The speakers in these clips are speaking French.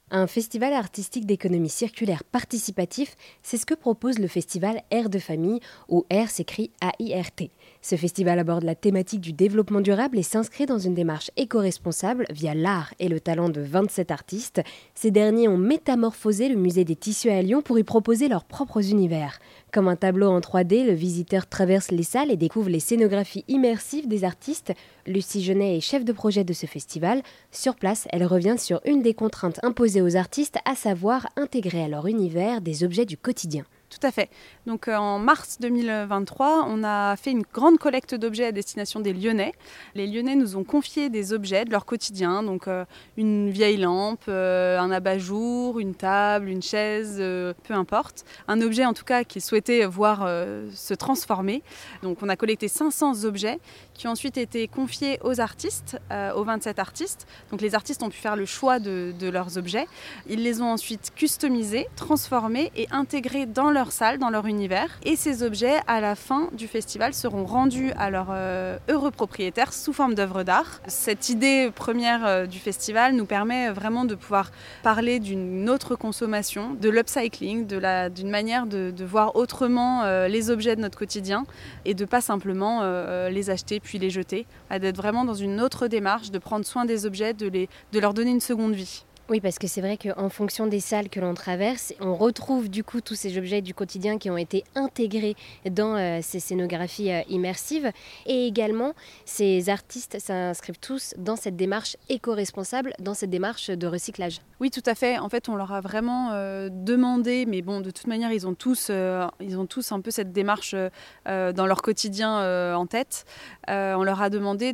Un festival artistique d'économie circulaire participatif, c'est ce que propose le festival Air de Famille, où Air s'écrit A-I-R-T. Ce festival aborde la thématique du développement durable et s'inscrit dans une démarche éco-responsable via l'art et le talent de 27 artistes. Ces derniers ont métamorphosé le musée des tissus à Lyon pour y proposer leurs propres univers. Comme un tableau en 3D, le visiteur traverse les salles et découvre les scénographies immersives des artistes. Lucie Genet est chef de projet de ce festival. Sur place, elle revient sur une des contraintes imposées aux artistes, à savoir intégrer à leur univers des objets du quotidien. Tout à fait. Donc en mars 2023, on a fait une grande collecte d'objets à destination des Lyonnais. Les Lyonnais nous ont confié des objets de leur quotidien, donc une vieille lampe, un abat-jour, une table, une chaise, peu importe. Un objet en tout cas qui est souhaité voir se transformer. Donc on a collecté 500 objets qui ont ensuite été confiés aux artistes, aux 27 artistes. Donc les artistes ont pu faire le choix de leurs objets. Ils les ont ensuite customisés, transformés et intégrés dans leur salle, dans leur univers. Et ces objets, à la fin du festival, seront rendus à leurs heureux propriétaires sous forme d'œuvres d'art. Cette idée première du festival nous permet vraiment de pouvoir parler d'une autre consommation, de l'upcycling, d'une manière de voir autrement les objets de notre quotidien et de pas simplement les acheter puis les jeter, d'être vraiment dans une autre démarche, de prendre soin des objets, de leur donner une seconde vie. Oui, parce que c'est vrai qu'en fonction des salles que l'on traverse, on retrouve du coup tous ces objets du quotidien qui ont été intégrés dans ces scénographies immersives. Et également, ces artistes s'inscrivent tous dans cette démarche éco-responsable, dans cette démarche de recyclage. Oui, tout à fait. En fait, on leur a vraiment demandé, mais bon, de toute manière, ils ont tous un peu cette démarche dans leur quotidien en tête. On leur a demandé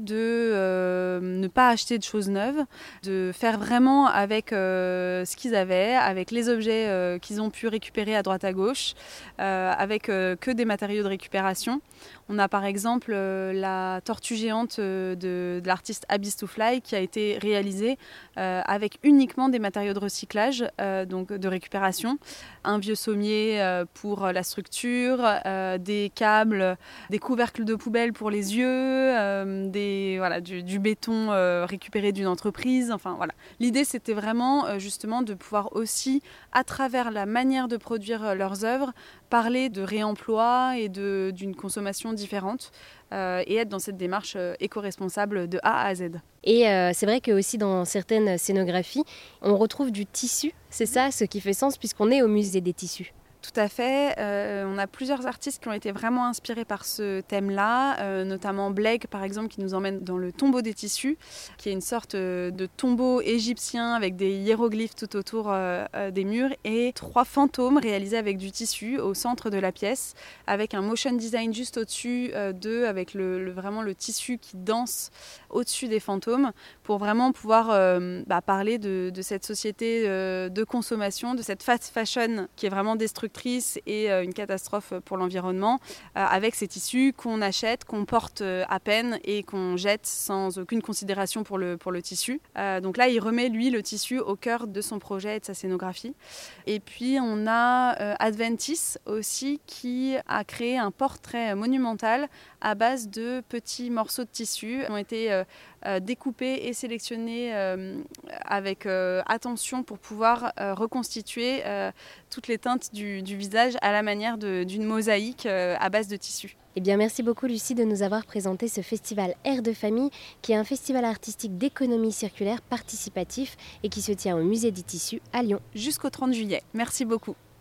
de ne pas acheter de choses neuves, de faire vraiment avec ce qu'ils avaient, avec les objets qu'ils ont pu récupérer à droite à gauche, avec que des matériaux de récupération. On a par exemple la tortue géante de l'artiste Abyss to Fly qui a été réalisée avec uniquement des matériaux de recyclage, donc de récupération. Un vieux sommier pour la structure, des câbles, des couvercles de poubelle pour les yeux, du béton récupéré d'une entreprise. Enfin, voilà. L'idée, c'était vraiment justement de pouvoir aussi, à travers la manière de produire leurs œuvres, parler de réemploi et d'une consommation différente et être dans cette démarche éco-responsable de A à Z. Et c'est vrai que aussi dans certaines scénographies, on retrouve du tissu, c'est ça ce qui fait sens puisqu'on est au musée des tissus. Tout à fait. On a plusieurs artistes qui ont été vraiment inspirés par ce thème-là, notamment Blake, par exemple, qui nous emmène dans le tombeau des tissus, qui est une sorte de tombeau égyptien avec des hiéroglyphes tout autour des murs et 3 fantômes réalisés avec du tissu au centre de la pièce, avec un motion design juste au-dessus d'eux, avec vraiment le tissu qui danse au-dessus des fantômes, pour vraiment pouvoir parler de cette société de consommation, de cette fast fashion qui est vraiment destructrice et une catastrophe pour l'environnement, avec ces tissus qu'on achète, qu'on porte à peine et qu'on jette sans aucune considération pour le tissu. Donc là, il remet, lui, le tissu au cœur de son projet et de sa scénographie. Et puis, on a Adventis aussi, qui a créé un portrait monumental à base de petits morceaux de tissu qui ont été découpés et sélectionnés avec attention pour pouvoir reconstituer toutes les teintes du visage à la manière d'une mosaïque à base de tissu. Eh bien, merci beaucoup Lucie de nous avoir présenté ce festival Air de Famille qui est un festival artistique d'économie circulaire participatif et qui se tient au musée des tissus à Lyon. Jusqu'au 30 juillet. Merci beaucoup.